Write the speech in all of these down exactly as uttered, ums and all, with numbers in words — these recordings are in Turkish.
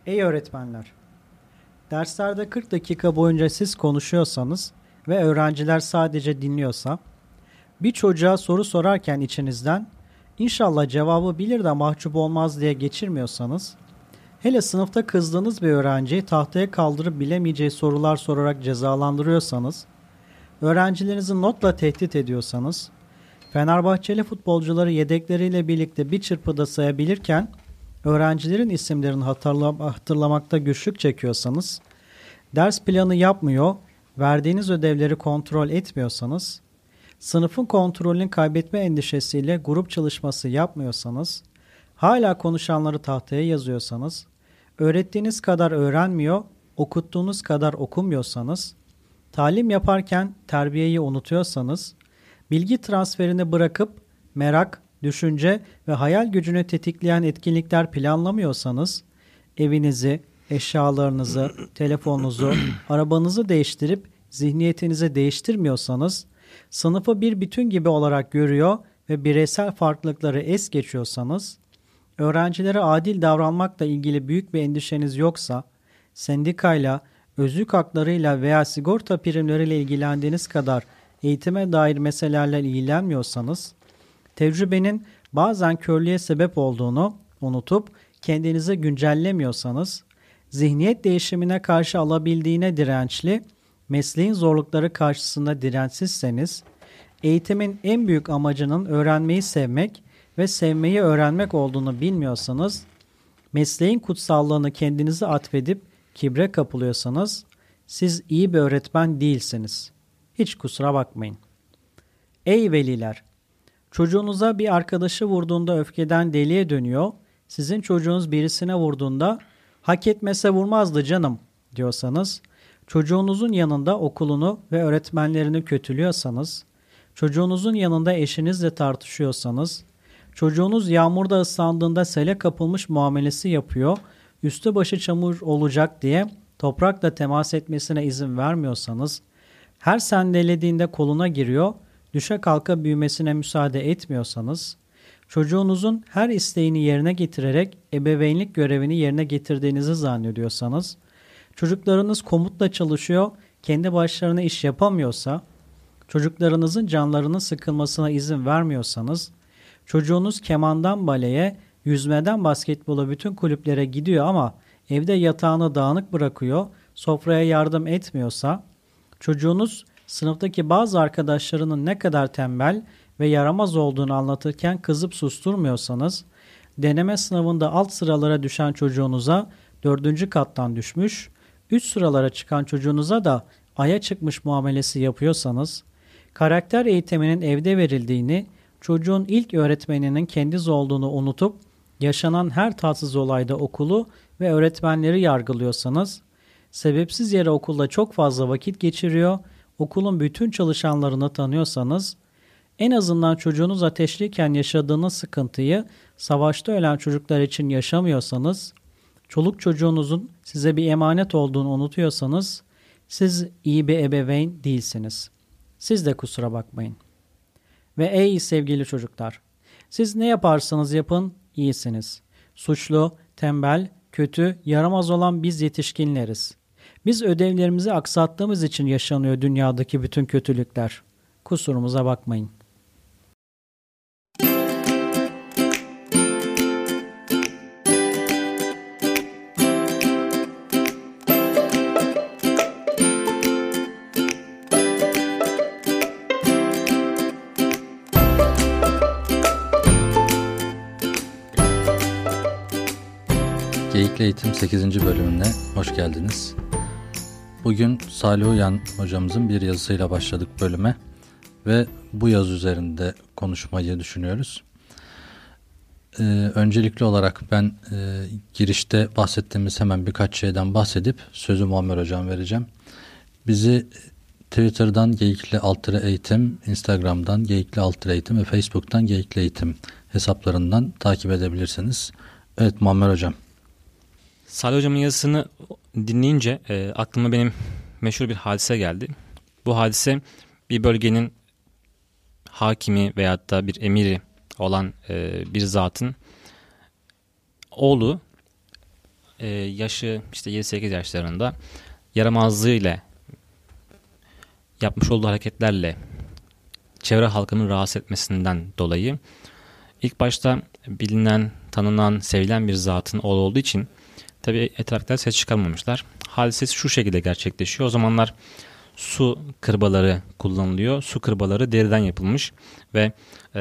Ey öğretmenler! Derslerde kırk dakika boyunca siz konuşuyorsanız ve öğrenciler sadece dinliyorsa, bir çocuğa soru sorarken içinizden inşallah cevabı bilir de mahcup olmaz diye geçirmiyorsanız, hele sınıfta kızdığınız bir öğrenciyi tahtaya kaldırıp bilemeyeceği sorular sorarak cezalandırıyorsanız, öğrencilerinizi notla tehdit ediyorsanız, Fenerbahçeli futbolcuları yedekleriyle birlikte bir çırpıda sayabilirken öğrencilerin isimlerini hatırlam- hatırlamakta güçlük çekiyorsanız, ders planı yapmıyor, verdiğiniz ödevleri kontrol etmiyorsanız, sınıfın kontrolünü kaybetme endişesiyle grup çalışması yapmıyorsanız, hala konuşanları tahtaya yazıyorsanız, öğrettiğiniz kadar öğrenmiyor, okuttuğunuz kadar okumuyorsanız, talim yaparken terbiyeyi unutuyorsanız, bilgi transferini bırakıp merak, düşünce ve hayal gücünü tetikleyen etkinlikler planlamıyorsanız, evinizi, eşyalarınızı, telefonunuzu, arabanızı değiştirip zihniyetinizi değiştirmiyorsanız, sınıfı bir bütün gibi olarak görüyor ve bireysel farklılıkları es geçiyorsanız, öğrencilere adil davranmakla ilgili büyük bir endişeniz yoksa, sendikayla, özlük haklarıyla veya sigorta primleriyle ilgilendiğiniz kadar eğitime dair meselelerle ilgilenmiyorsanız, tecrübenin bazen körlüğe sebep olduğunu unutup kendinizi güncellemiyorsanız, zihniyet değişimine karşı alabildiğine dirençli, mesleğin zorlukları karşısında dirençsizseniz, eğitimin en büyük amacının öğrenmeyi sevmek ve sevmeyi öğrenmek olduğunu bilmiyorsanız, mesleğin kutsallığını kendinize atfedip kibre kapılıyorsanız, siz iyi bir öğretmen değilsiniz. Hiç kusura bakmayın. Ey veliler! Çocuğunuza bir arkadaşı vurduğunda öfkeden deliye dönüyor, sizin çocuğunuz birisine vurduğunda hak etmese vurmazdı canım diyorsanız, çocuğunuzun yanında okulunu ve öğretmenlerini kötülüyorsanız, çocuğunuzun yanında eşinizle tartışıyorsanız, çocuğunuz yağmurda ıslandığında sele kapılmış muamelesi yapıyor, üstü başı çamur olacak diye toprakla temas etmesine izin vermiyorsanız, her sendelediğinde koluna giriyor, düşe kalka büyümesine müsaade etmiyorsanız, çocuğunuzun her isteğini yerine getirerek ebeveynlik görevini yerine getirdiğinizi zannediyorsanız, çocuklarınız komutla çalışıyor, kendi başlarına iş yapamıyorsa, çocuklarınızın canlarının sıkılmasına izin vermiyorsanız, çocuğunuz kemandan baleye, yüzmeden basketbola bütün kulüplere gidiyor ama evde yatağını dağınık bırakıyor, sofraya yardım etmiyorsa, çocuğunuz sınıftaki bazı arkadaşlarının ne kadar tembel ve yaramaz olduğunu anlatırken kızıp susturmuyorsanız, deneme sınavında alt sıralara düşen çocuğunuza dördüncü kattan düşmüş, üst sıralara çıkan çocuğunuza da aya çıkmış muamelesi yapıyorsanız, karakter eğitiminin evde verildiğini, çocuğun ilk öğretmeninin kendiniz olduğunu unutup, yaşanan her tatsız olayda okulu ve öğretmenleri yargılıyorsanız, sebepsiz yere okulda çok fazla vakit geçiriyor, okulun bütün çalışanlarını tanıyorsanız, en azından çocuğunuz ateşliyken yaşadığınız sıkıntıyı savaşta ölen çocuklar için yaşamıyorsanız, çoluk çocuğunuzun size bir emanet olduğunu unutuyorsanız, siz iyi bir ebeveyn değilsiniz. Siz de kusura bakmayın. Ve ey sevgili çocuklar, siz ne yaparsanız yapın iyisiniz. Suçlu, tembel, kötü, yaramaz olan biz yetişkinleriz. Biz ödevlerimizi aksattığımız için yaşanıyor dünyadaki bütün kötülükler. Kusurumuza bakmayın. Geyikli Eğitim sekizinci bölümüne hoş geldiniz. Bugün Salih Uyan hocamızın bir yazısıyla başladık bölüme ve bu yazı üzerinde konuşmayı düşünüyoruz. Ee, öncelikli olarak ben e, girişte bahsettiğimiz hemen birkaç şeyden bahsedip sözü Muammer Hocam vereceğim. Bizi Twitter'dan Geyikli Altıra Eğitim, Instagram'dan Geyikli Altıra Eğitim ve Facebook'tan Geyikli Eğitim hesaplarından takip edebilirsiniz. Evet Muammer Hocam. Salih Hocam'ın yazısını dinleyince e, aklıma benim meşhur bir hadise geldi. Bu hadise bir bölgenin hakimi veyahut da bir emiri olan e, bir zatın oğlu e, yaşı işte yedi sekiz yaşlarında yaramazlığıyla, yapmış olduğu hareketlerle çevre halkının rahatsız etmesinden dolayı ilk başta bilinen, tanınan, sevilen bir zatın oğlu olduğu için tabii etraftakiler ses çıkarmamışlar. Hadise şu şekilde gerçekleşiyor. O zamanlar su kırbaları kullanılıyor. Su kırbaları deriden yapılmış ve e,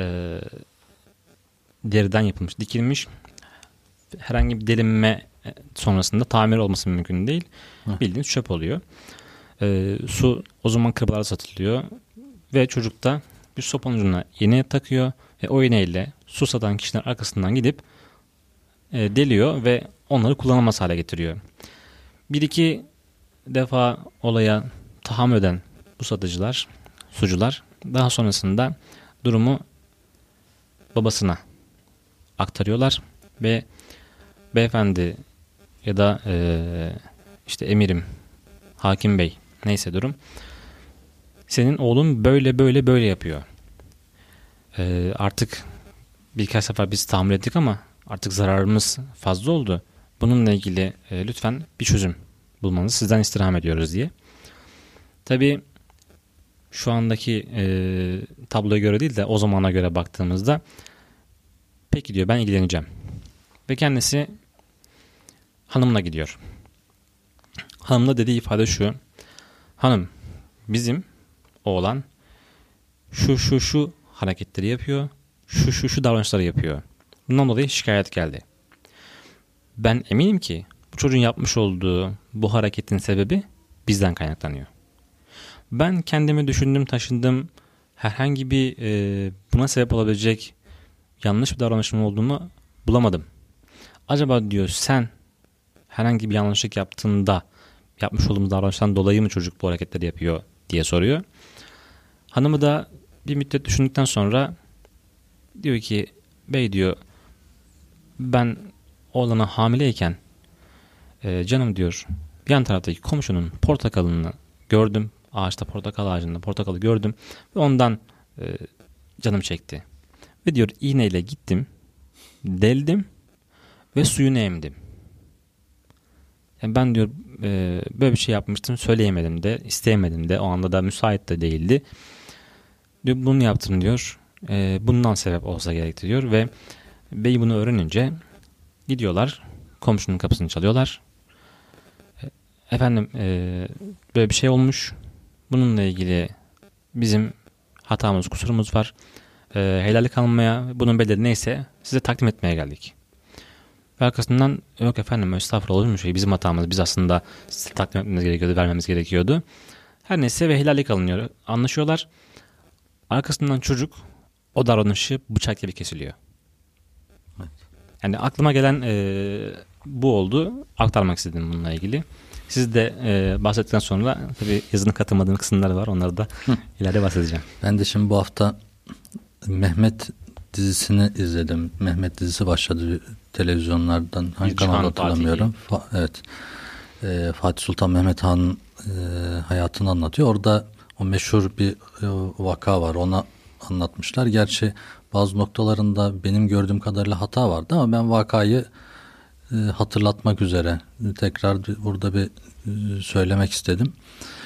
deriden yapılmış, dikilmiş. Herhangi bir delinme sonrasında tamir olması mümkün değil. Hı. Bildiğiniz çöp oluyor. E, su o zaman kırbalara satılıyor ve çocuk da bir sopanın ucuna iğne takıyor ve o iğneyle su satan kişilerin arkasından gidip e, deliyor ve onları kullanılmaz hale getiriyor. Bir iki defa olaya tahammül eden bu satıcılar, sucular daha sonrasında durumu babasına aktarıyorlar ve beyefendi ya da e, işte emirim, hakim bey neyse durum, senin oğlun böyle böyle böyle yapıyor. E, artık birkaç sefer biz tahammül ettik ama artık zararımız fazla oldu. Bununla ilgili e, lütfen bir çözüm bulmanızı sizden istirham ediyoruz diye. Tabii şu andaki e, tabloya göre değil de o zamana göre baktığımızda peki diyor, ben ilgileneceğim. Ve kendisi hanımla gidiyor. Hanımla dediği ifade şu: hanım, bizim oğlan şu şu şu hareketleri yapıyor, şu şu şu davranışları yapıyor. Bundan dolayı şikayet geldi. Ben eminim ki bu çocuğun yapmış olduğu bu hareketin sebebi bizden kaynaklanıyor. Ben kendimi düşündüm, taşındım. Herhangi bir e, buna sebep olabilecek yanlış bir davranışım olduğunu bulamadım. Acaba diyor, sen herhangi bir yanlışlık yaptığında yapmış olduğumuz davranıştan dolayı mı çocuk bu hareketleri yapıyor diye soruyor. Hanımı da bir müddet düşündükten sonra diyor ki, bey diyor, ben oğlana hamileyken e, canım diyor, yan taraftaki komşunun portakalını gördüm. Ağaçta, portakal ağacında portakalı gördüm ve ondan e, canım çekti. Ve diyor, iğneyle gittim, deldim ve suyunu emdim. Yani ben diyor e, böyle bir şey yapmıştım, söyleyemedim de, isteyemedim de, o anda da müsait de değildi. Diyor, bunu yaptım diyor. E, bundan sebep olsa gerekti diyor ve bey bunu öğrenince gidiyorlar, komşunun kapısını çalıyorlar. E, efendim e, böyle bir şey olmuş. Bununla ilgili bizim hatamız, kusurumuz var. E, helallik almaya, bunun bedeli neyse size takdim etmeye geldik. Ve arkasından, yok efendim estağfurullah, olur mu şey, bizim hatamız, biz aslında size takdim etmemiz gerekiyordu, vermemiz gerekiyordu. Her neyse ve helallik alınıyor. Anlaşıyorlar. Arkasından çocuk o davranışı bıçak gibi kesiliyor. Evet. Yani aklıma gelen e, bu oldu. Aktarmak istedim bununla ilgili. Siz de e, bahsettikten sonra tabii yazının katılmadığım kısımları var. Onları da ileride bahsedeceğim. Ben de şimdi bu hafta Mehmet dizisini izledim. Mehmet dizisi başladı televizyonlardan. Hangi kanalda hatırlamıyorum. Fa- evet. E, Fatih Sultan Mehmet Han'ın e, hayatını anlatıyor. Orada o meşhur bir e, vaka var. Ona anlatmışlar. Gerçi bazı noktalarında benim gördüğüm kadarıyla hata vardı ama ben vakayı e, hatırlatmak üzere tekrar bir, burada bir e, söylemek istedim.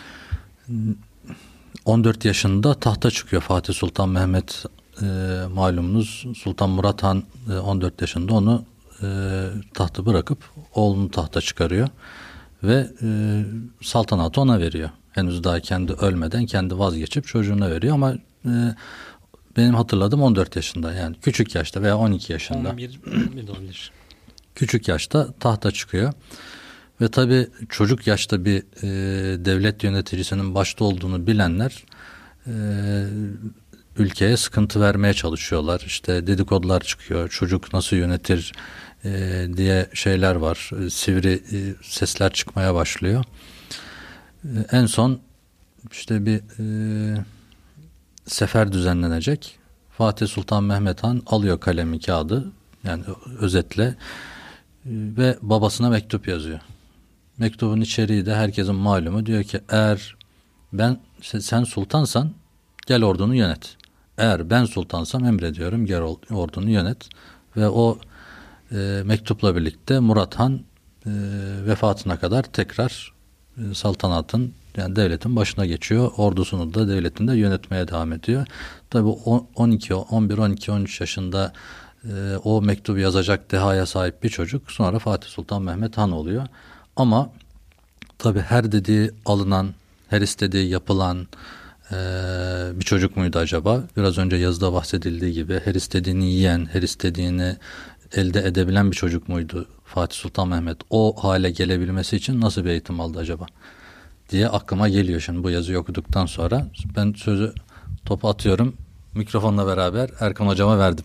on dört yaşında tahta çıkıyor Fatih Sultan Mehmet, e, malumunuz Sultan Murat Han e, on dört yaşında onu e, tahtı bırakıp oğlunu tahta çıkarıyor ve e, saltanatı ona veriyor. Henüz daha kendi ölmeden kendi vazgeçip çocuğuna veriyor ama e, benim hatırladığım on dört yaşında, yani küçük yaşta veya on iki yaşında. on bir, on bir de olabilir. Küçük yaşta tahta çıkıyor. Ve tabii çocuk yaşta bir e, devlet yöneticisinin başta olduğunu bilenler e, ülkeye sıkıntı vermeye çalışıyorlar. İşte dedikodular çıkıyor. Çocuk nasıl yönetir e, diye şeyler var. E, sivri e, sesler çıkmaya başlıyor. E, en son işte bir e, sefer düzenlenecek. Fatih Sultan Mehmet Han alıyor kalemi, kağıdı, yani özetle e, ve babasına mektup yazıyor. Mektubun içeriği de herkesin malumu, diyor ki eğer ben sen sultansan gel ordunu yönet. Eğer ben sultansam emrediyorum gel ordunu yönet. Ve o e, mektupla birlikte Murat Han e, vefatına kadar tekrar e, saltanatın, yani devletin başına geçiyor. Ordusunu da devletinde yönetmeye devam ediyor. Tabii on iki, on bir, on iki, on üç yaşında e, o mektubu yazacak dehaya sahip bir çocuk sonra Fatih Sultan Mehmet Han oluyor. Ama tabii her dediği alınan, her istediği yapılan e, bir çocuk muydu acaba? Biraz önce yazıda bahsedildiği gibi her istediğini yiyen, her istediğini elde edebilen bir çocuk muydu Fatih Sultan Mehmet? O hale gelebilmesi için nasıl bir eğitim aldı acaba diye aklıma geliyor şimdi bu yazıyı okuduktan sonra. Ben sözü, topu atıyorum. Mikrofonla beraber Erkan hocama verdim.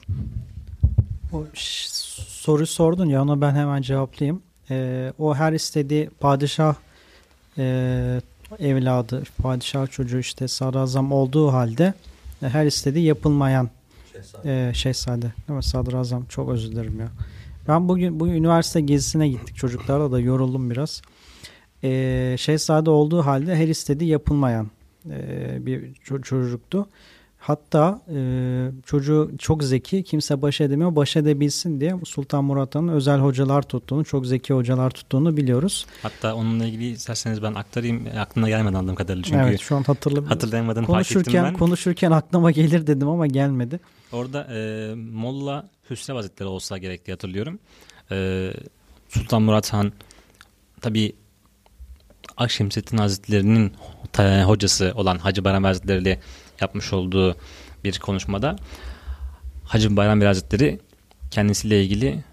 O ş- soruyu sordun ya, onu ben hemen cevaplayayım. Ee, o her istediği padişah e, evladı, padişah çocuğu işte sadrazam olduğu halde e, her istediği yapılmayan şehzade. E, şehzade. Değil mi? Sadrazam, çok özür dilerim ya. Ben bugün bugün üniversite gezisine gittik çocuklarla da, yoruldum biraz. Ee, şehzade olduğu halde her istediği yapılmayan e, bir ço- çocuktu. Hatta e, çocuğu çok zeki, kimse baş edemiyor, baş edebilsin diye Sultan Murat Han'ın özel hocalar tuttuğunu, çok zeki hocalar tuttuğunu biliyoruz. Hatta onunla ilgili isterseniz ben aktarayım, aklına gelmedi anladığım kadarıyla. Çünkü evet, şu an hatırla- hatırlayamadığını fark ettim konuşurken, ben. konuşurken aklıma gelir dedim ama gelmedi. Orada e, Molla Hüsrev Hazretleri olsa gerek diye hatırlıyorum. E, Sultan Murat Han tabii Akşemseddin Hazretleri'nin ta- hocası olan Hacı Bayram Hazretleri ile yapmış olduğu bir konuşmada Hacı Bayram Bey Hazretleri kendisiyle ilgili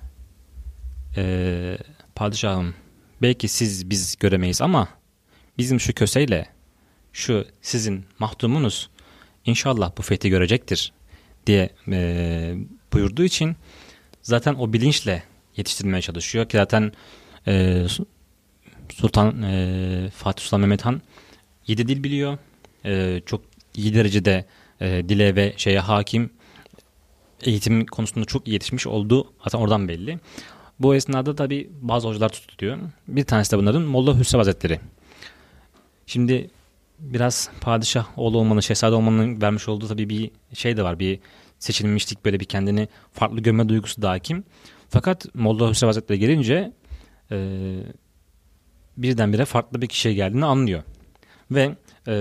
e, padişahım, belki siz biz göremeyiz ama bizim şu köseyle şu sizin mahdumunuz inşallah bu fethi görecektir diye e, buyurduğu için zaten o bilinçle yetiştirmeye çalışıyor ki zaten e, Sultan e, Fatih Sultan Mehmet Han yedi dil biliyor. E, çok iyi derecede e, dile ve şeye hakim, eğitim konusunda çok iyi yetişmiş olduğu zaten oradan belli. Bu esnada tabii bazı hocalar tutuluyor. Bir tanesi de bunların Molla Hüsrev Hazretleri. Şimdi biraz padişah oğlu olmanın, şehzade olmanın vermiş olduğu tabii bir şey de var. Bir seçilmişlik, böyle bir kendini farklı görme duygusu da hakim. Fakat Molla Hüsrev Hazretleri gelince e, birdenbire farklı bir kişiye geldiğini anlıyor. Ve e,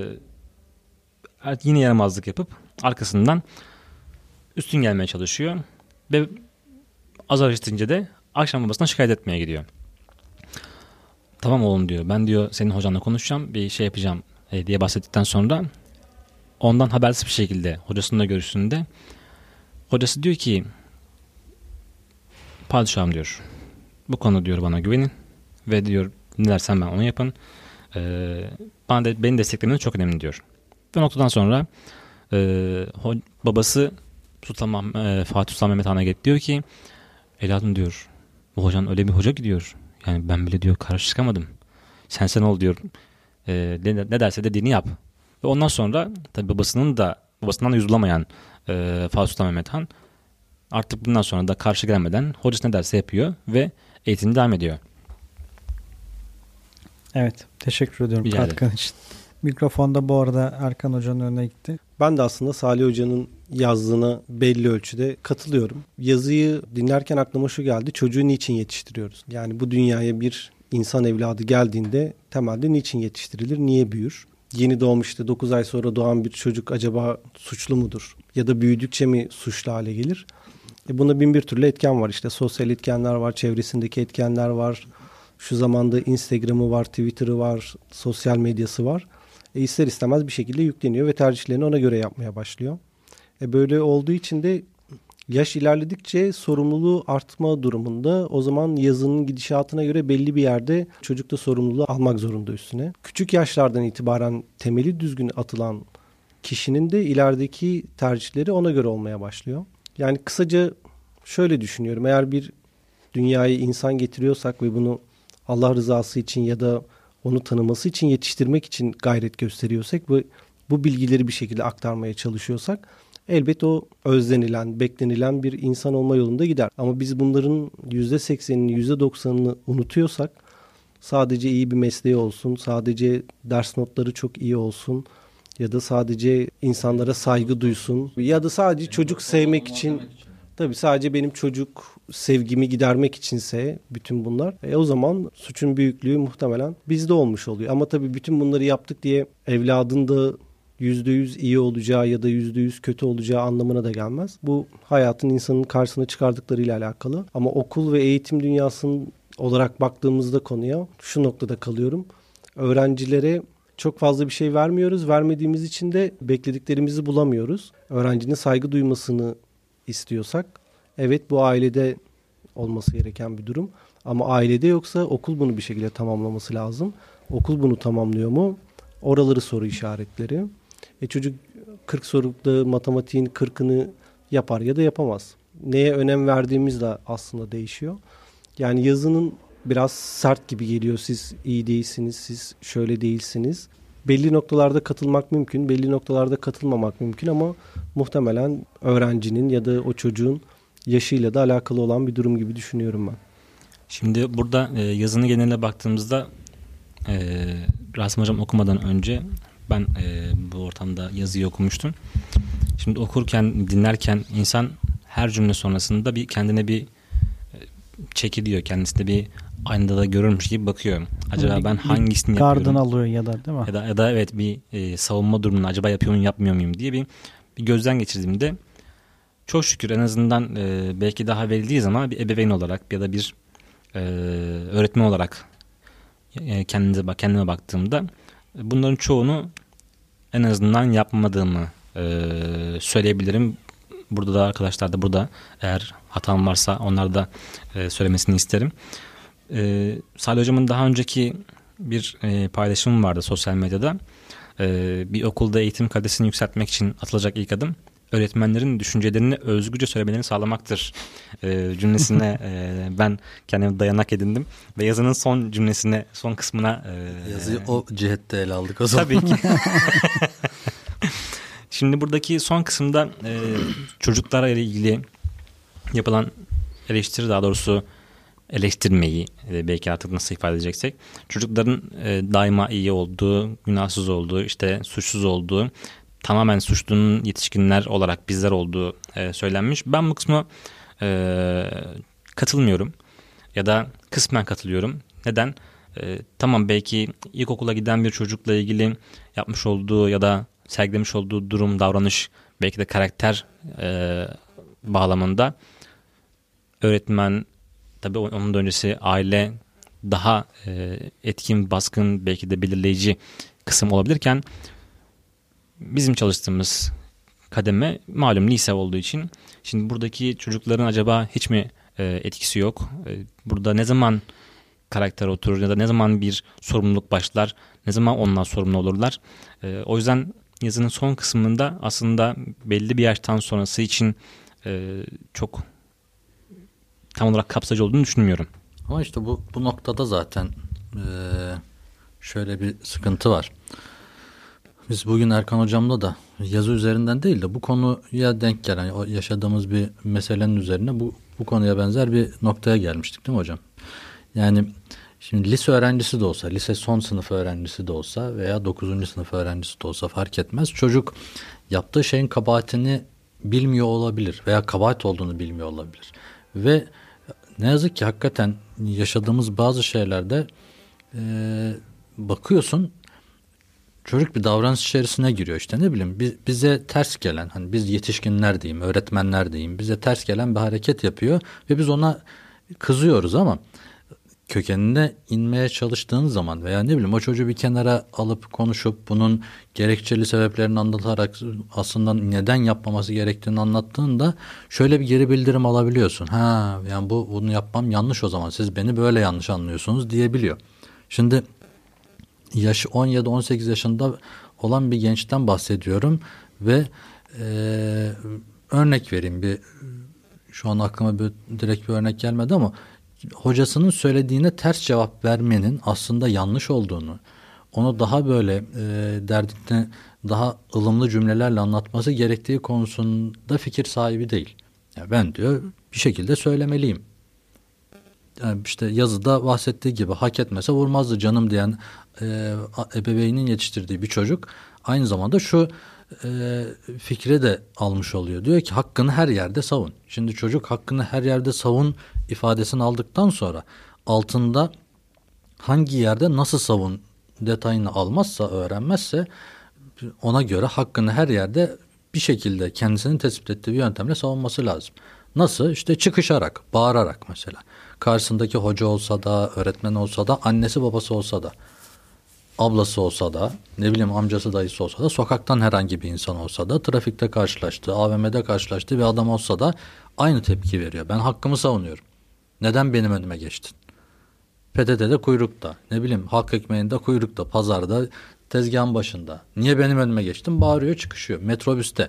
yine yaramazlık yapıp arkasından üstün gelmeye çalışıyor. Ve azar işitince de akşam babasına şikayet etmeye gidiyor. Tamam oğlum diyor, ben diyor senin hocanla konuşacağım, bir şey yapacağım e, diye bahsettikten sonra ondan habersiz bir şekilde hocasıyla görüştüğünde hocası diyor ki padişahım diyor, bu konu diyor bana güvenin ve diyor ne dersen ben onu yapın. Ee, bana de, beni desteklemeniz çok önemli diyor. Ve noktadan sonra e, ho, babası Sultan, e, Fatih Sultan Mehmet Han'a gelip diyor ki evladım diyor, bu hocan öyle bir hoca ki diyor, yani ben bile diyor karşı çıkamadım. Sen sen ol diyor. E, ne, ne derse dediğini yap. Ve ondan sonra tabii babasının da babasından da yüz bulamayan e, Fatih Sultan Mehmet Han artık bundan sonra da karşı gelmeden hocası ne derse yapıyor ve eğitimine devam ediyor. Evet, teşekkür ediyorum katkın için. Mikrofonda bu arada Erkan Hoca'nın önüne gitti. Ben de aslında Salih Hoca'nın yazdığına belli ölçüde katılıyorum. Yazıyı dinlerken aklıma şu geldi: çocuğu niçin yetiştiriyoruz? Yani bu dünyaya bir insan evladı geldiğinde temelde niçin yetiştirilir, niye büyür? Yeni doğmuş, işte dokuz ay sonra doğan bir çocuk acaba suçlu mudur? Ya da büyüdükçe mi suçlu hale gelir? E buna bin bir türlü etken var. İşte sosyal etkenler var, çevresindeki etkenler var. Şu zamanda Instagram'ı var, Twitter'ı var, sosyal medyası var. E ister istemez bir şekilde yükleniyor ve tercihlerini ona göre yapmaya başlıyor. E böyle olduğu için de yaş ilerledikçe sorumluluğu artma durumunda, o zaman yazının gidişatına göre belli bir yerde çocuk da sorumluluğu almak zorunda üstüne. Küçük yaşlardan itibaren temeli düzgün atılan kişinin de ilerideki tercihleri ona göre olmaya başlıyor. Yani kısaca şöyle düşünüyorum: eğer bir dünyaya insan getiriyorsak ve bunu Allah rızası için ya da onu tanıması için, yetiştirmek için gayret gösteriyorsak ve bu bilgileri bir şekilde aktarmaya çalışıyorsak, elbet o özlenilen, beklenilen bir insan olma yolunda gider. Ama biz bunların yüzde seksenini, yüzde doksanını unutuyorsak, sadece iyi bir mesleği olsun, sadece ders notları çok iyi olsun ya da sadece insanlara saygı duysun ya da sadece çocuk sevmek için Tabii sadece benim çocuk sevgimi gidermek içinse bütün bunlar e, o zaman suçun büyüklüğü muhtemelen bizde olmuş oluyor. Ama tabii bütün bunları yaptık diye evladın da yüzde yüz iyi olacağı ya da yüzde yüz kötü olacağı anlamına da gelmez. Bu hayatın insanın karşısına çıkardıklarıyla alakalı. Ama okul ve eğitim dünyasının olarak baktığımızda konuya şu noktada kalıyorum. Öğrencilere çok fazla bir şey vermiyoruz. Vermediğimiz için de beklediklerimizi bulamıyoruz. Öğrencinin saygı duymasını istiyorsak evet bu ailede olması gereken bir durum. Ama ailede yoksa okul bunu bir şekilde tamamlaması lazım. Okul bunu tamamlıyor mu? Oraları soru işaretleri. E çocuk kırk sorulukta matematiğin kırkını yapar ya da yapamaz. Neye önem verdiğimiz de aslında değişiyor. Yani yazının biraz sert gibi geliyor. Siz iyi değilsiniz, siz şöyle değilsiniz. Belli noktalarda katılmak mümkün, belli noktalarda katılmamak mümkün ama muhtemelen öğrencinin ya da o çocuğun yaşıyla da alakalı olan bir durum gibi düşünüyorum ben. Şimdi burada e, yazının geneline baktığımızda e, Rasim Hocam okumadan önce ben e, bu ortamda yazıyı okumuştum. Şimdi okurken, dinlerken insan her cümle sonrasında bir kendine bir e, çekiliyor. Kendisinde bir aynada da görürmüş gibi bakıyor. Acaba ben hangisini Gardını yapıyorum? alıyor ya da değil mi? Ya da, ya da evet bir e, savunma durumunu acaba yapıyor muyum yapmıyor muyum diye bir, bir gözden geçirdiğimde çok şükür en azından e, belki daha verildiği zaman bir ebeveyn olarak ya da bir e, öğretmen olarak e, kendimize bak kendime baktığımda bunların çoğunu en azından yapmadığımı e, söyleyebilirim. Burada da arkadaşlar da burada eğer hatam varsa onlar da e, söylemesini isterim. E, Salih Hocam'ın daha önceki bir e, paylaşımı vardı sosyal medyada. E, bir okulda eğitim kalitesini yükseltmek için atılacak ilk adım öğretmenlerin düşüncelerini özgürce söylemelerini sağlamaktır e, cümlesine e, ben kendime dayanak edindim ve yazının son cümlesine, son kısmına e, yazıyı o cihette ele aldık o zaman. Tabii ki. Şimdi buradaki son kısımda e, çocuklara ile ilgili yapılan eleştiri, daha doğrusu eleştirmeyi e, belki artık nasıl ifade edeceksek, çocukların e, daima iyi olduğu, günahsız olduğu, işte suçsuz olduğu, tamamen suçlunun yetişkinler olarak bizler olduğu e, söylenmiş. Ben bu kısma e, katılmıyorum ya da kısmen katılıyorum. Neden? E, tamam belki ilkokula giden bir çocukla ilgili yapmış olduğu ya da sergilemiş olduğu durum, davranış, belki de karakter e, bağlamında öğretmen, tabii onun da öncesi aile daha e, etkin, baskın, belki de belirleyici kısım olabilirken bizim çalıştığımız kademe malum lise olduğu için şimdi buradaki çocukların acaba hiç mi e, etkisi yok? E, burada ne zaman karakter oturur ya da ne zaman bir sorumluluk başlar? Ne zaman onlar sorumlu olurlar? E, o yüzden yazının son kısmında aslında belli bir yaştan sonrası için e, çok tam olarak kapsayıcı olduğunu düşünmüyorum. Ama işte bu bu noktada zaten e, şöyle bir sıkıntı var. Biz bugün Erkan Hocam'la da yazı üzerinden değil de bu konuya denk gelen, o yaşadığımız bir meselenin üzerine bu, bu konuya benzer bir noktaya gelmiştik değil mi hocam? Yani şimdi lise öğrencisi de olsa, lise son sınıf öğrencisi de olsa veya dokuzuncu sınıf öğrencisi de olsa fark etmez. Çocuk yaptığı şeyin kabahatini bilmiyor olabilir veya kabahat olduğunu bilmiyor olabilir. Ve ne yazık ki hakikaten yaşadığımız bazı şeylerde e, bakıyorsun çocuk bir davranış içerisine giriyor, işte ne bileyim biz, bize ters gelen, hani biz yetişkinler diyeyim, öğretmenler diyeyim, bize ters gelen bir hareket yapıyor ve biz ona kızıyoruz ama kökenine inmeye çalıştığın zaman veya ne bileyim o çocuğu bir kenara alıp konuşup bunun gerekçeli sebeplerini anlatarak aslında neden yapmaması gerektiğini anlattığında şöyle bir geri bildirim alabiliyorsun. Ha yani bu bunu yapmam yanlış, o zaman siz beni böyle yanlış anlıyorsunuz diyebiliyor. Şimdi yaşı on yedi on sekiz yaşında olan bir gençten bahsediyorum ve e, örnek vereyim, bir şu an aklıma bir, direkt bir örnek gelmedi ama hocasının söylediğine ters cevap vermenin aslında yanlış olduğunu, onu daha böyle e, derdine daha ılımlı cümlelerle anlatması gerektiği konusunda fikir sahibi değil. Yani ben diyor bir şekilde söylemeliyim. Yani işte yazıda bahsettiği gibi hak etmese vurmazdı canım diyen e, ebeveynin yetiştirdiği bir çocuk aynı zamanda şu e, fikri de almış oluyor. Diyor ki hakkını her yerde savun. Şimdi çocuk hakkını her yerde savun ifadesini aldıktan sonra altında hangi yerde nasıl savun detayını almazsa, öğrenmezse ona göre hakkını her yerde bir şekilde kendisinin tespit ettiği bir yöntemle savunması lazım. Nasıl? İşte çıkışarak, bağırarak mesela. Karşısındaki hoca olsa da, öğretmen olsa da, annesi babası olsa da, ablası olsa da, ne bileyim amcası dayısı olsa da, sokaktan herhangi bir insan olsa da, trafikte karşılaştığı, A V M'de karşılaştığı bir adam olsa da aynı tepki veriyor. Ben hakkımı savunuyorum. Neden benim önüme geçtin? P T T'de kuyrukta, ne bileyim halk ekmeğinde kuyrukta, pazarda, tezgahın başında. Niye benim önüme geçtin? Bağırıyor, çıkışıyor. Metrobüste.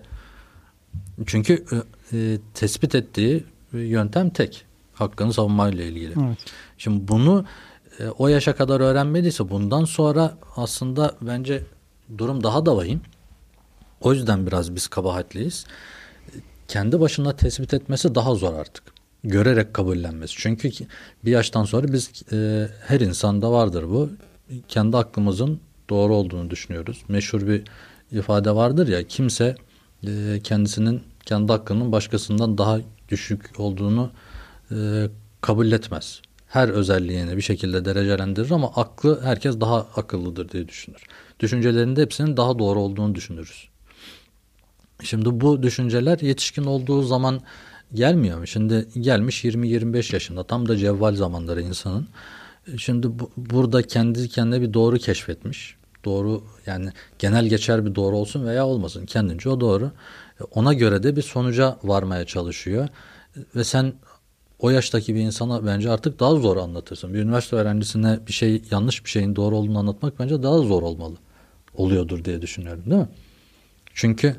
Çünkü e, tespit ettiği yöntem tek. Hakkını savunmayla ilgili. Evet. Şimdi bunu e, o yaşa kadar öğrenmediyse bundan sonra aslında bence durum daha da vahim. O yüzden biraz biz kabahatliyiz. Kendi başına tespit etmesi daha zor artık. Görerek kabullenmesi. Çünkü bir yaştan sonra biz e, her insanda vardır bu. Kendi aklımızın doğru olduğunu düşünüyoruz. Meşhur bir ifade vardır ya, kimse e, kendisinin kendi hakkının başkasından daha düşük olduğunu e, kabul etmez. Her özelliğini bir şekilde derecelendirir ama aklı herkes daha akıllıdır diye düşünür. Düşüncelerinde hepsinin daha doğru olduğunu düşünürüz. Şimdi bu düşünceler yetişkin olduğu zaman gelmiyor mu? Şimdi gelmiş yirmi yirmi beş yaşında, tam da cevval zamanları insanın. Şimdi bu, burada kendi kendine bir doğru keşfetmiş. Doğru, yani genel geçer bir doğru olsun veya olmasın, kendince o doğru. Ona göre de bir sonuca varmaya çalışıyor. Ve sen o yaştaki bir insana bence artık daha zor anlatırsın. Bir üniversite öğrencisine bir şey, yanlış bir şeyin doğru olduğunu anlatmak bence daha zor olmalı. Oluyordur diye düşünüyorum, değil mi? Çünkü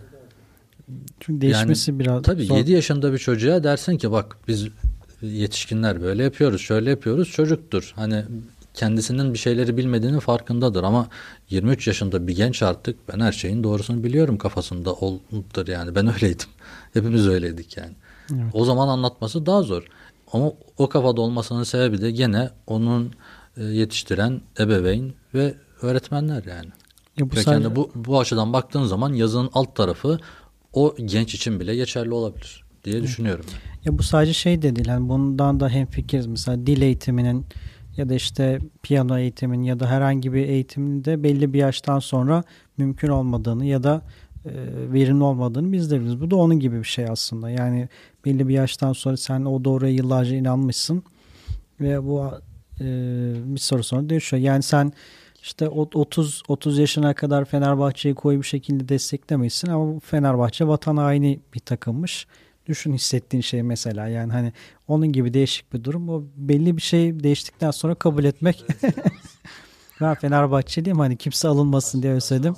Çünkü değişmesi yani, biraz tabii zor. yedi yaşında bir çocuğa dersin ki bak biz yetişkinler böyle yapıyoruz, şöyle yapıyoruz, çocuktur. Hani kendisinin bir şeyleri bilmediğinin farkındadır ama yirmi üç yaşında bir genç artık ben her şeyin doğrusunu biliyorum kafasında oldur yani. Ben öyleydim. Hepimiz öyleydik yani. Evet. O zaman anlatması daha zor. Ama o kafada olmasının sebebi de gene onun yetiştiren ebeveyn ve öğretmenler yani. Ya bu, Ve sadece... kendi bu, bu açıdan baktığın zaman yazının alt tarafı o genç için bile geçerli olabilir diye düşünüyorum. Ya bu sadece şey de değil. Yani bundan da hemfikiriz. Mesela dil eğitiminin ya da işte piyano eğitimin ya da herhangi bir eğitiminde belli bir yaştan sonra mümkün olmadığını ya da e, verimli olmadığını biz de biliriz. Bu da onun gibi bir şey aslında. Yani belli bir yaştan sonra sen o doğruya yıllarca inanmışsın ve bu e, bir soru sonra değişiyor. Yani sen işte otuz otuz yaşına kadar Fenerbahçe'yi koyu bir şekilde desteklemesin ama Fenerbahçe vatan haini bir takımmış. Düşün hissettiğin şey mesela, yani hani onun gibi değişik bir durum. O belli bir şey değiştikten sonra kabul etmek. Ben Fenerbahçeliyim, hani kimse alınmasın diye söyledim.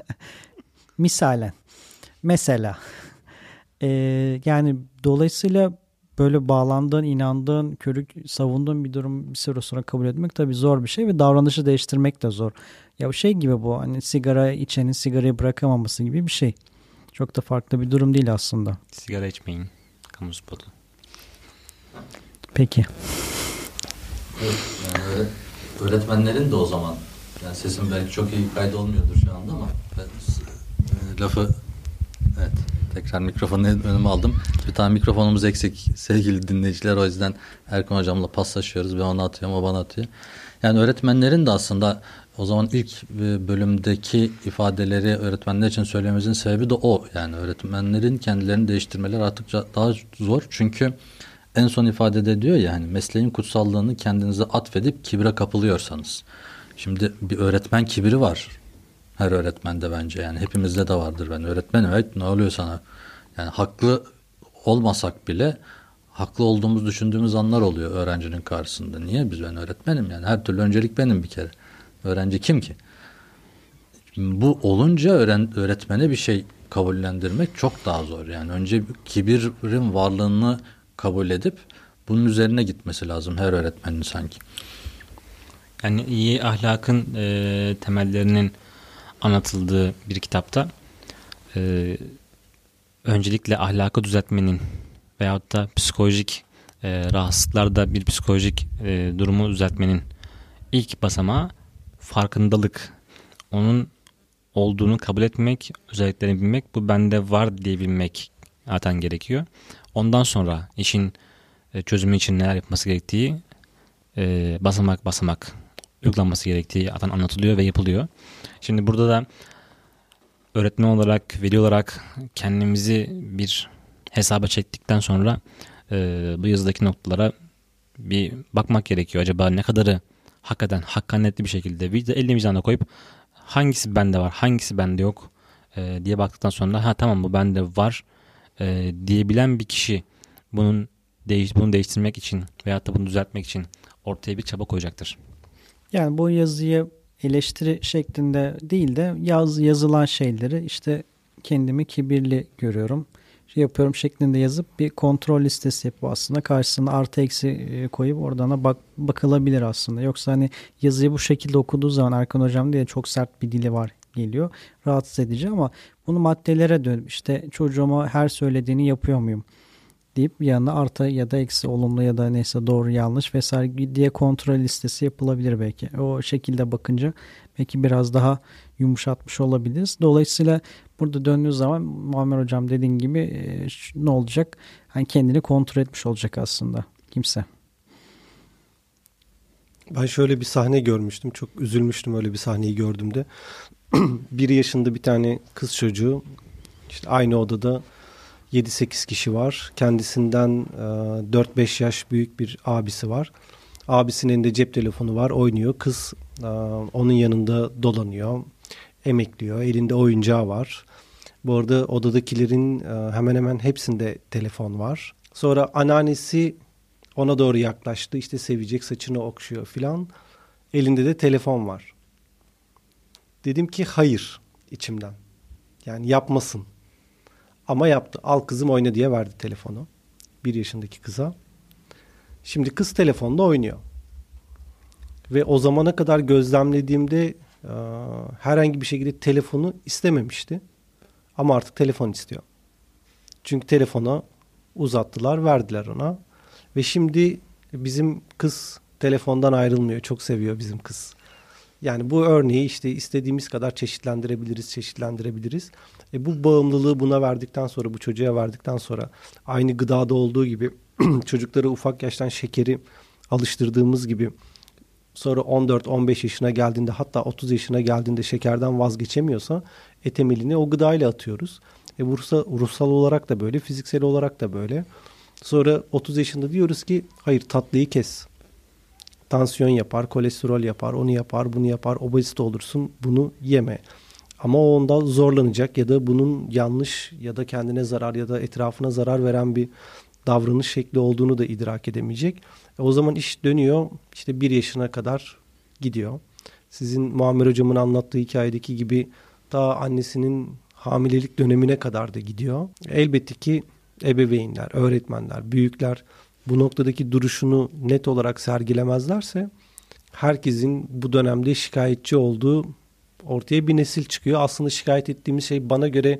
Misalen. Mesela. Ee, yani dolayısıyla böyle bağlandığın, inandığın, körük savunduğun bir durum bir süre sonra kabul etmek tabii zor bir şey ve davranışı değiştirmek de zor. Ya bu şey gibi, bu hani sigara içenin sigarayı bırakamaması gibi bir şey. Çok da farklı bir durum değil aslında. Sigara içmeyin. Kamu spotu. Peki. Evet, yani öğretmenlerin de o zaman, yani sesim belki çok iyi kaydolmuyordur şu anda ama ben e, lafı evet tekrar mikrofonu önüme aldım. Bir tane mikrofonumuz eksik sevgili dinleyiciler, o yüzden Erkan hocamla paslaşıyoruz. Ben ona atıyorum, o bana atıyor. Yani öğretmenlerin de aslında o zaman ilk bölümdeki ifadeleri öğretmenler için söylememizin sebebi de o. Yani öğretmenlerin kendilerini değiştirmeleri artık daha zor. Çünkü en son ifadede diyor ya, hani mesleğin kutsallığını kendinize atfedip kibre kapılıyorsanız. Şimdi bir öğretmen kibri var. Her öğretmende bence, yani hepimizde de vardır. Ben öğretmenim, evet, ne oluyor sana? Yani haklı olmasak bile haklı olduğumuz düşündüğümüz anlar oluyor öğrencinin karşısında. Niye? Biz ben öğretmenim, yani her türlü öncelik benim bir kere. Öğrenci kim ki? Şimdi bu olunca öğren, öğretmene bir şey kabullendirmek çok daha zor. Yani önce kibirin varlığını kabul edip bunun üzerine gitmesi lazım her öğretmenin sanki. Yani iyi ahlakın e, temellerinin anlatıldığı bir kitapta e, öncelikle ahlakı düzeltmenin veyahut da psikolojik e, rahatsızlıklarda bir psikolojik e, durumu düzeltmenin ilk basamağı farkındalık. Onun olduğunu kabul etmek, özelliklerini bilmek, bu bende var diyebilmek zaten gerekiyor. Ondan sonra işin çözümü için neler yapması gerektiği e, basamak basamak uygulanması gerektiği zaten anlatılıyor ve yapılıyor. Şimdi burada da öğretmen olarak, veli olarak kendimizi bir hesaba çektikten sonra e, bu yazıdaki noktalara bir bakmak gerekiyor. Acaba ne kadarı hakikaten hakkaniyetli bir şekilde bir de elini vicdanına koyup hangisi bende var, hangisi bende yok e, diye baktıktan sonra ha tamam bu bende var e, diyebilen bir kişi bunun değiş bunu değiştirmek için veyahut da bunu düzeltmek için ortaya bir çaba koyacaktır. Yani bu yazıyı eleştiri şeklinde değil de yaz yazılan şeyleri işte kendimi kibirli görüyorum, şey yapıyorum şeklinde yazıp bir kontrol listesi yapıp aslında karşısına artı eksi koyup oradan bak bakılabilir aslında. Yoksa hani yazıyı bu şekilde okuduğu zaman Erkan Hocam diye çok sert bir dili var geliyor. Rahatsız edici ama bunu maddelere dönüp işte çocuğuma her söylediğini yapıyor muyum deyip yanına artı ya da eksi, olumlu ya da neyse doğru yanlış vesaire diye kontrol listesi yapılabilir belki. O şekilde bakınca belki biraz daha yumuşatmış olabiliriz. Dolayısıyla burada döndüğü zaman Muammer Hocam dediğin gibi e, ne olacak? Hani kendini kontrol etmiş olacak aslında kimse. Ben şöyle bir sahne görmüştüm. Çok üzülmüştüm öyle bir sahneyi gördüğümde. Bir yaşında bir tane kız çocuğu, işte aynı odada yedi sekiz kişi var. Kendisinden e, dört beş yaş büyük bir abisi var. Abisinin elinde cep telefonu var, oynuyor. Kız e, onun yanında dolanıyor, emekliyor. Elinde oyuncağı var. Bu arada odadakilerin e, hemen hemen hepsinde telefon var. Sonra anneannesi ona doğru yaklaştı. İşte sevecek, saçını okşuyor filan. Elinde de telefon var. Dedim ki hayır içimden. Yani yapmasın. Ama yaptı. Al kızım oyna diye verdi telefonu. Bir yaşındaki kıza. Şimdi kız telefonda oynuyor. Ve o zamana kadar gözlemlediğimde e, herhangi bir şekilde telefonu istememişti. Ama artık telefon istiyor. Çünkü telefona uzattılar, verdiler ona. Ve şimdi bizim kız telefondan ayrılmıyor. Çok seviyor bizim kız. Yani bu örneği işte istediğimiz kadar çeşitlendirebiliriz, çeşitlendirebiliriz. E bu bağımlılığı buna verdikten sonra, bu çocuğa verdikten sonra aynı gıdada olduğu gibi çocukları ufak yaştan şekeri alıştırdığımız gibi sonra on dört on beş yaşına geldiğinde, hatta otuz yaşına geldiğinde şekerden vazgeçemiyorsa e temelini o gıdayla atıyoruz. E bu ruhsal, ruhsal olarak da böyle, fiziksel olarak da böyle. Sonra otuz yaşında diyoruz ki hayır, tatlıyı kes. Tansiyon yapar, kolesterol yapar, onu yapar, bunu yapar, obezite olursun, bunu yeme. Ama o onda zorlanacak ya da bunun yanlış ya da kendine zarar ya da etrafına zarar veren bir davranış şekli olduğunu da idrak edemeyecek. E o zaman iş dönüyor, işte bir yaşına kadar gidiyor. Sizin Muammer Hocam'ın anlattığı hikayedeki gibi daha annesinin hamilelik dönemine kadar da gidiyor. Elbette ki ebeveynler, öğretmenler, büyükler bu noktadaki duruşunu net olarak sergilemezlerse herkesin bu dönemde şikayetçi olduğu ortaya bir nesil çıkıyor. Aslında şikayet ettiğimiz şey, bana göre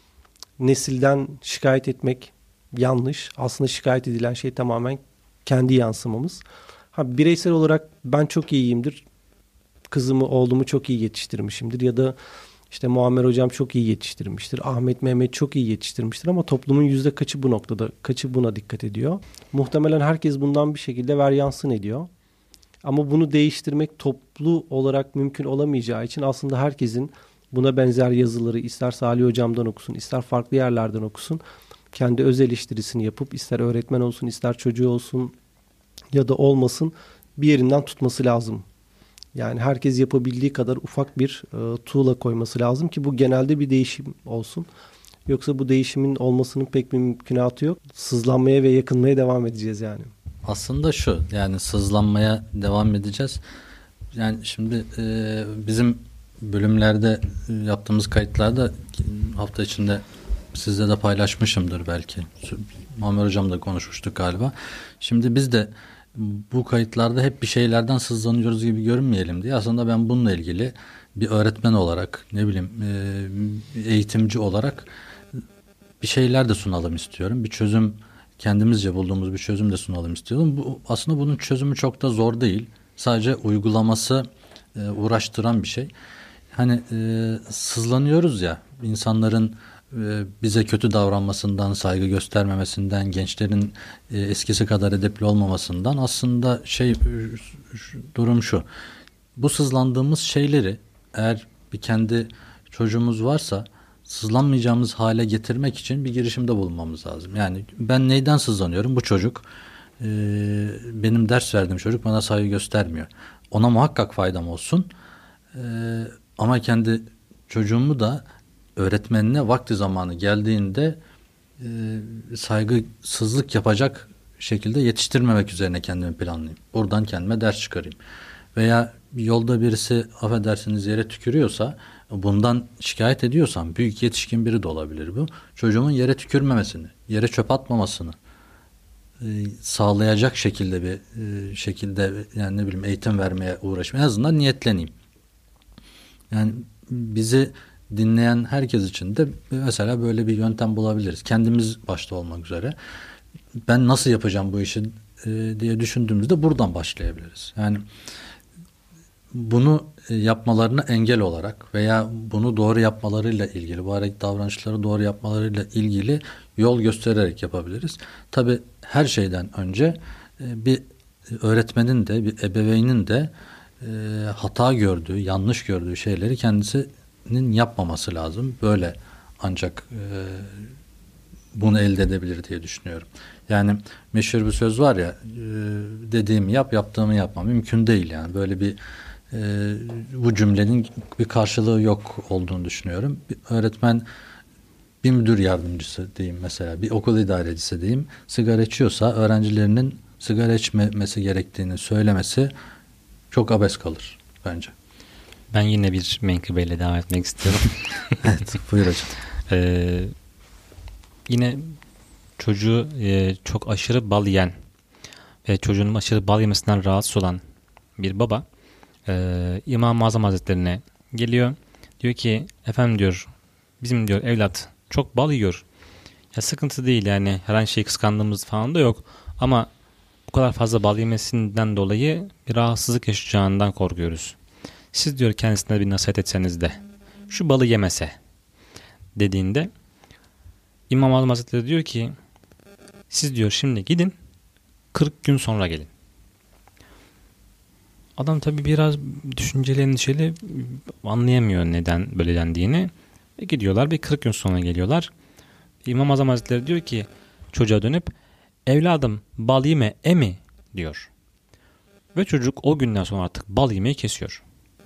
nesilden şikayet etmek yanlış. Aslında şikayet edilen şey tamamen kendi yansımamız. Ha, bireysel olarak ben çok iyiyimdir. Kızımı, oğlumu çok iyi yetiştirmişimdir ya da İşte Muammer Hocam çok iyi yetiştirmiştir. Ahmet Mehmet çok iyi yetiştirmiştir ama toplumun yüzde kaçı bu noktada, kaçı buna dikkat ediyor? Muhtemelen herkes bundan bir şekilde veryansın ediyor. Ama bunu değiştirmek toplu olarak mümkün olamayacağı için aslında herkesin buna benzer yazıları ister Salih Hocam'dan okusun, ister farklı yerlerden okusun, kendi öz eleştirisini yapıp ister öğretmen olsun, ister çocuğu olsun ya da olmasın bir yerinden tutması lazım. Yani herkes yapabildiği kadar ufak bir e, tuğla koyması lazım ki bu genelde bir değişim olsun. Yoksa bu değişimin olmasının pek bir mümkünatı yok. Sızlanmaya ve yakınmaya devam edeceğiz yani. Aslında şu, yani sızlanmaya devam edeceğiz. Yani şimdi e, bizim bölümlerde yaptığımız kayıtlarda hafta içinde sizle de paylaşmışımdır belki. Muammer Hocam da konuşmuştuk galiba. Şimdi biz de bu kayıtlarda hep bir şeylerden sızlanıyoruz gibi görünmeyelim diye. Aslında ben bununla ilgili bir öğretmen olarak, ne bileyim eğitimci olarak bir şeyler de sunalım istiyorum. Bir çözüm, kendimizce bulduğumuz bir çözüm de sunalım istiyorum. Bu, aslında bunun çözümü çok da zor değil. Sadece uygulaması uğraştıran bir şey. hani e, sızlanıyoruz ya, insanların e, bize kötü davranmasından, saygı göstermemesinden, gençlerin e, eskisi kadar edepli olmamasından, aslında şey şu, durum şu. Bu sızlandığımız şeyleri, eğer bir kendi çocuğumuz varsa, sızlanmayacağımız hale getirmek için bir girişimde bulunmamız lazım. Yani ben neyden sızlanıyorum? Bu çocuk, e, benim ders verdiğim çocuk bana saygı göstermiyor. Ona muhakkak faydam olsun. E, ama kendi çocuğumu da öğretmenine vakti zamanı geldiğinde e, saygısızlık yapacak şekilde yetiştirmemek üzerine kendimi planlayayım. Buradan kendime ders çıkarayım. Veya yolda birisi, affedersiniz, yere tükürüyorsa, bundan şikayet ediyorsam, büyük yetişkin biri de olabilir bu, çocuğumun yere tükürmemesini, yere çöp atmamasını e, sağlayacak şekilde bir e, şekilde yani ne bileyim eğitim vermeye uğraşmaya, en azından niyetleneyim. Yani bizi dinleyen herkes için de mesela böyle bir yöntem bulabiliriz. Kendimiz başta olmak üzere. Ben nasıl yapacağım bu işi e, diye düşündüğümüzde buradan başlayabiliriz. Yani bunu yapmalarına engel olarak veya bunu doğru yapmalarıyla ilgili, bu hareket davranışları doğru yapmalarıyla ilgili yol göstererek yapabiliriz. Tabii her şeyden önce bir öğretmenin de, bir ebeveynin de hata gördüğü, yanlış gördüğü şeyleri kendisinin yapmaması lazım. Böyle ancak bunu elde edebilir diye düşünüyorum. Yani meşhur bir söz var ya, dediğimi yap, yaptığımı yapma. Mümkün değil yani. Böyle bir e, bu cümlenin bir karşılığı yok olduğunu düşünüyorum. Bir öğretmen, bir müdür yardımcısı diyeyim mesela, bir okul idarecisi diyeyim, sigara içiyorsa öğrencilerinin sigara içmemesi gerektiğini söylemesi çok abes kalır bence. Ben yine bir menkıbeyle devam etmek istiyorum. Evet, buyur hocam. Ee, yine çocuğu e, çok aşırı bal yiyen ve çocuğunun aşırı bal yemesinden rahatsız olan bir baba e, İmam-ı Azam Hazretlerine geliyor. Diyor ki, efendim diyor, bizim diyor evlat çok bal yiyor. Ya sıkıntı değil yani, herhangi şey kıskandığımız falan da yok. Ama bu kadar fazla bal yemesinden dolayı bir rahatsızlık yaşayacağından korkuyoruz. Siz diyor kendisine bir nasihat etseniz de şu balı yemese dediğinde İmam-ı Azam Hazretleri diyor ki, siz diyor şimdi gidin, kırk gün sonra gelin. Adam tabi biraz düşünceli, endişeli, anlayamıyor neden böyle dendiğini. Ve gidiyorlar, bir kırk gün sonra geliyorlar. İmam-ı Azam Hazretleri diyor ki çocuğa dönüp, evladım bal yeme emi diyor. Ve çocuk o günden sonra artık bal yemeyi kesiyor.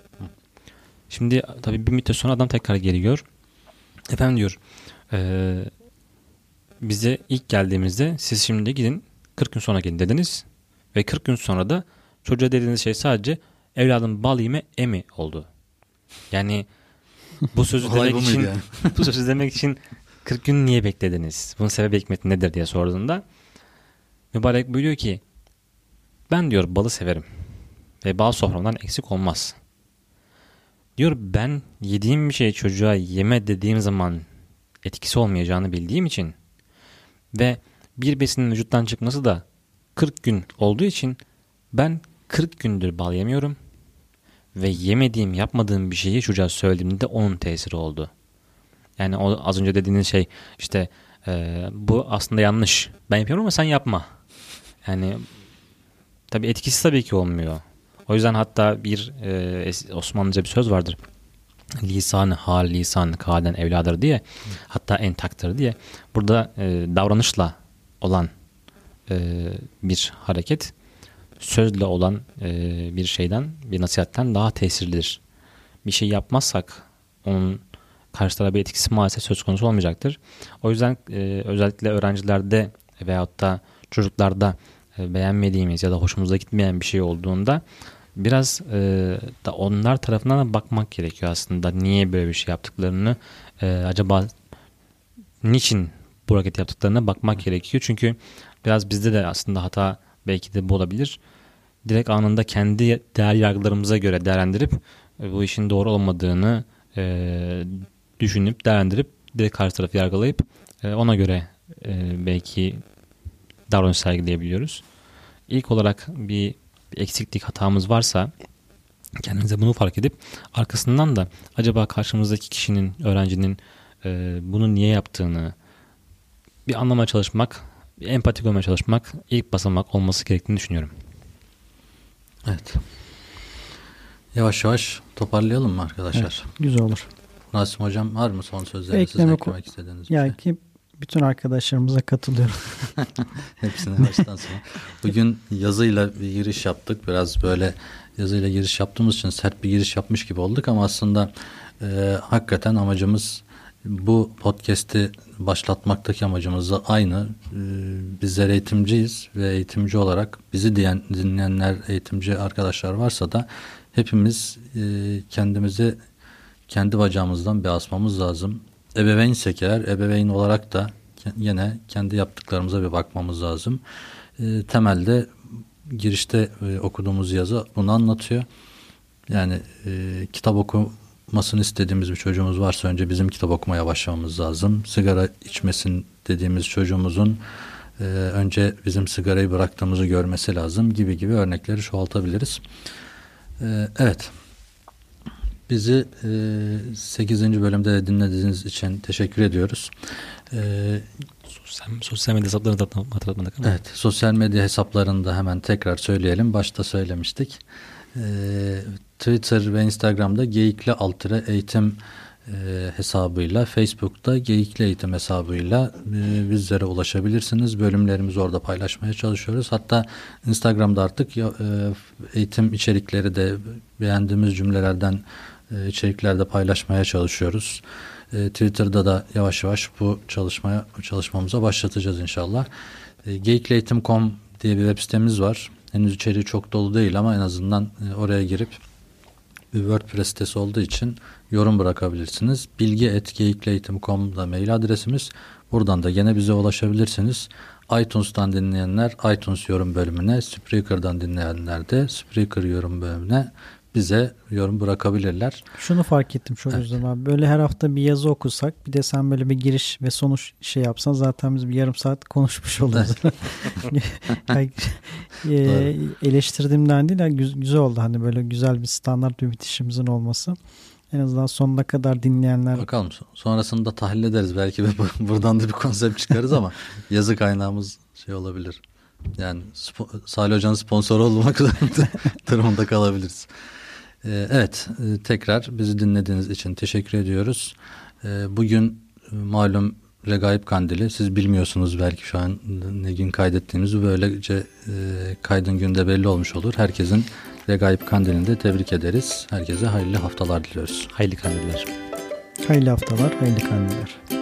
Şimdi tabi bir müddet sonra adam tekrar geliyor. Efendim diyor, ee, bize ilk geldiğimizde siz şimdi gidin kırk gün sonra gelin dediniz. Ve kırk gün sonra da çocuğa dediğiniz şey sadece evladım bal yeme emi oldu. Yani bu sözü demek için yani. bu sözü demek için kırk gün niye beklediniz? Bunun sebebi hikmeti nedir diye sorduğunda mübarek buyuruyor ki, ben diyor balı severim ve bal soframdan eksik olmaz. Diyor, ben yediğim bir şeyi çocuğa yeme dediğim zaman etkisi olmayacağını bildiğim için ve bir besinin vücuttan çıkması da kırk gün olduğu için ben kırk gündür bal yemiyorum ve yemediğim, yapmadığım bir şeyi çocuğa söylediğimde onun tesiri oldu. Yani o az önce dediğiniz şey işte e, bu aslında yanlış. Ben yapıyorum ama sen yapma. Yani tabii etkisi tabii ki olmuyor. O yüzden hatta bir e, Osmanlıca bir söz vardır. Lisan-ı hal, lisan-ı kalden evladır diye. Hmm. Hatta en taktır diye. Burada e, davranışla olan e, bir hareket sözle olan e, bir şeyden, bir nasihatten daha tesirlidir. Bir şey yapmazsak onun karşı tarafa bir etkisi maalesef söz konusu olmayacaktır. O yüzden e, özellikle öğrencilerde veyahut da çocuklarda e, beğenmediğimiz ya da hoşumuza gitmeyen bir şey olduğunda biraz e, da onlar tarafından bakmak gerekiyor aslında. Niye böyle bir şey yaptıklarını, e, acaba niçin bu hareket yaptıklarına bakmak gerekiyor. Çünkü biraz bizde de aslında hata belki de bu olabilir. Direkt anında kendi değer yargılarımıza göre değerlendirip e, bu işin doğru olmadığını e, düşünüp değerlendirip direkt karşı tarafı yargılayıp e, ona göre e, belki davranış sergileyebiliyoruz. İlk olarak bir, bir eksiklik, hatamız varsa Kendimize bunu fark edip arkasından da acaba karşımızdaki kişinin, öğrencinin e, bunu niye yaptığını bir anlamaya çalışmak, bir empatik olmaya çalışmak ilk basamak olması gerektiğini düşünüyorum. Evet. Yavaş yavaş toparlayalım mı arkadaşlar? Evet, güzel olur. Rasim Hocam var mı son sözlerinizi siz Ekleme eklemek ko- istediğiniz bir Yani şey? ki bütün arkadaşlarımıza katılıyorum. Hepsine baştan sona. Bugün yazıyla bir giriş yaptık. Biraz böyle yazıyla giriş yaptığımız için sert bir giriş yapmış gibi olduk ama aslında e, hakikaten amacımız bu podcast'i başlatmaktaki amacımız da aynı. E, bizler eğitimciyiz ve eğitimci olarak bizi diyen, dinleyenler eğitimci arkadaşlar varsa da hepimiz e, kendimizi kendi bacağımızdan bir asmamız lazım. Ebeveynsek eğer ebeveyn olarak da yine kendi yaptıklarımıza bir bakmamız lazım. E, temelde girişte e, okuduğumuz yazı bunu anlatıyor. Yani e, kitap okumasını istediğimiz bir çocuğumuz varsa önce bizim kitap okumaya başlamamız lazım. Sigara içmesin dediğimiz çocuğumuzun e, önce bizim sigarayı bıraktığımızı görmesi lazım gibi gibi örnekleri çoğaltabiliriz. E, evet. Bizi e, sekizinci bölümde de dinlediğiniz için teşekkür ediyoruz. E, Sosyal, sosyal medya hesaplarını da hatırlatmadık ama. evet, sosyal medya hesaplarını da hemen tekrar söyleyelim. Başta söylemiştik. E, Twitter ve Instagram'da Geyikli Altıra Eğitim e, hesabıyla, Facebook'ta Geyikli Eğitim hesabıyla e, bizlere ulaşabilirsiniz. Bölümlerimizi orada paylaşmaya çalışıyoruz. Hatta Instagram'da artık e, eğitim içerikleri de beğendiğimiz cümlelerden e, içeriklerde paylaşmaya çalışıyoruz. E, Twitter'da da yavaş yavaş bu çalışmaya çalışmamıza başlatacağız inşallah. E, geyikli eğitim nokta com diye bir web sitemiz var. Henüz içeriği çok dolu değil ama en azından e, oraya girip bir WordPress sitesi olduğu için yorum bırakabilirsiniz. bilgi at geyikli eğitim nokta com da mail adresimiz. Buradan da gene bize ulaşabilirsiniz. iTunes'tan dinleyenler iTunes yorum bölümüne, Spreaker'dan dinleyenler de Spreaker yorum bölümüne bize yorum bırakabilirler. Şunu fark ettim çok Evet. özür abi. Böyle her hafta bir yazı okusak bir de sen böyle bir giriş ve sonuç şey yapsan zaten biz bir yarım saat konuşmuş oluruz. Yani, e, eleştirdiğimden değil yani güz- güzel oldu hani böyle güzel bir standart bir bitişimizin olması. En azından sonuna kadar dinleyenler. Bakalım sonrasında tahlil ederiz. Belki buradan da bir konsept çıkarız ama yazı kaynağımız şey olabilir. Yani spo- Salih Hoca'nın sponsoru olmak durumunda kalabiliriz. Ee, evet e, tekrar bizi dinlediğiniz için teşekkür ediyoruz. Ee, bugün e, malum Regaib Kandili. Siz bilmiyorsunuz belki şu an ne gün kaydettiğimizi. Böylece e, kaydın günde belli olmuş olur. Herkesin Regaib Kandili'ni de tebrik ederiz. Herkese hayırlı haftalar diliyoruz. Hayırlı kandiller. Hayırlı haftalar, hayırlı kandiller.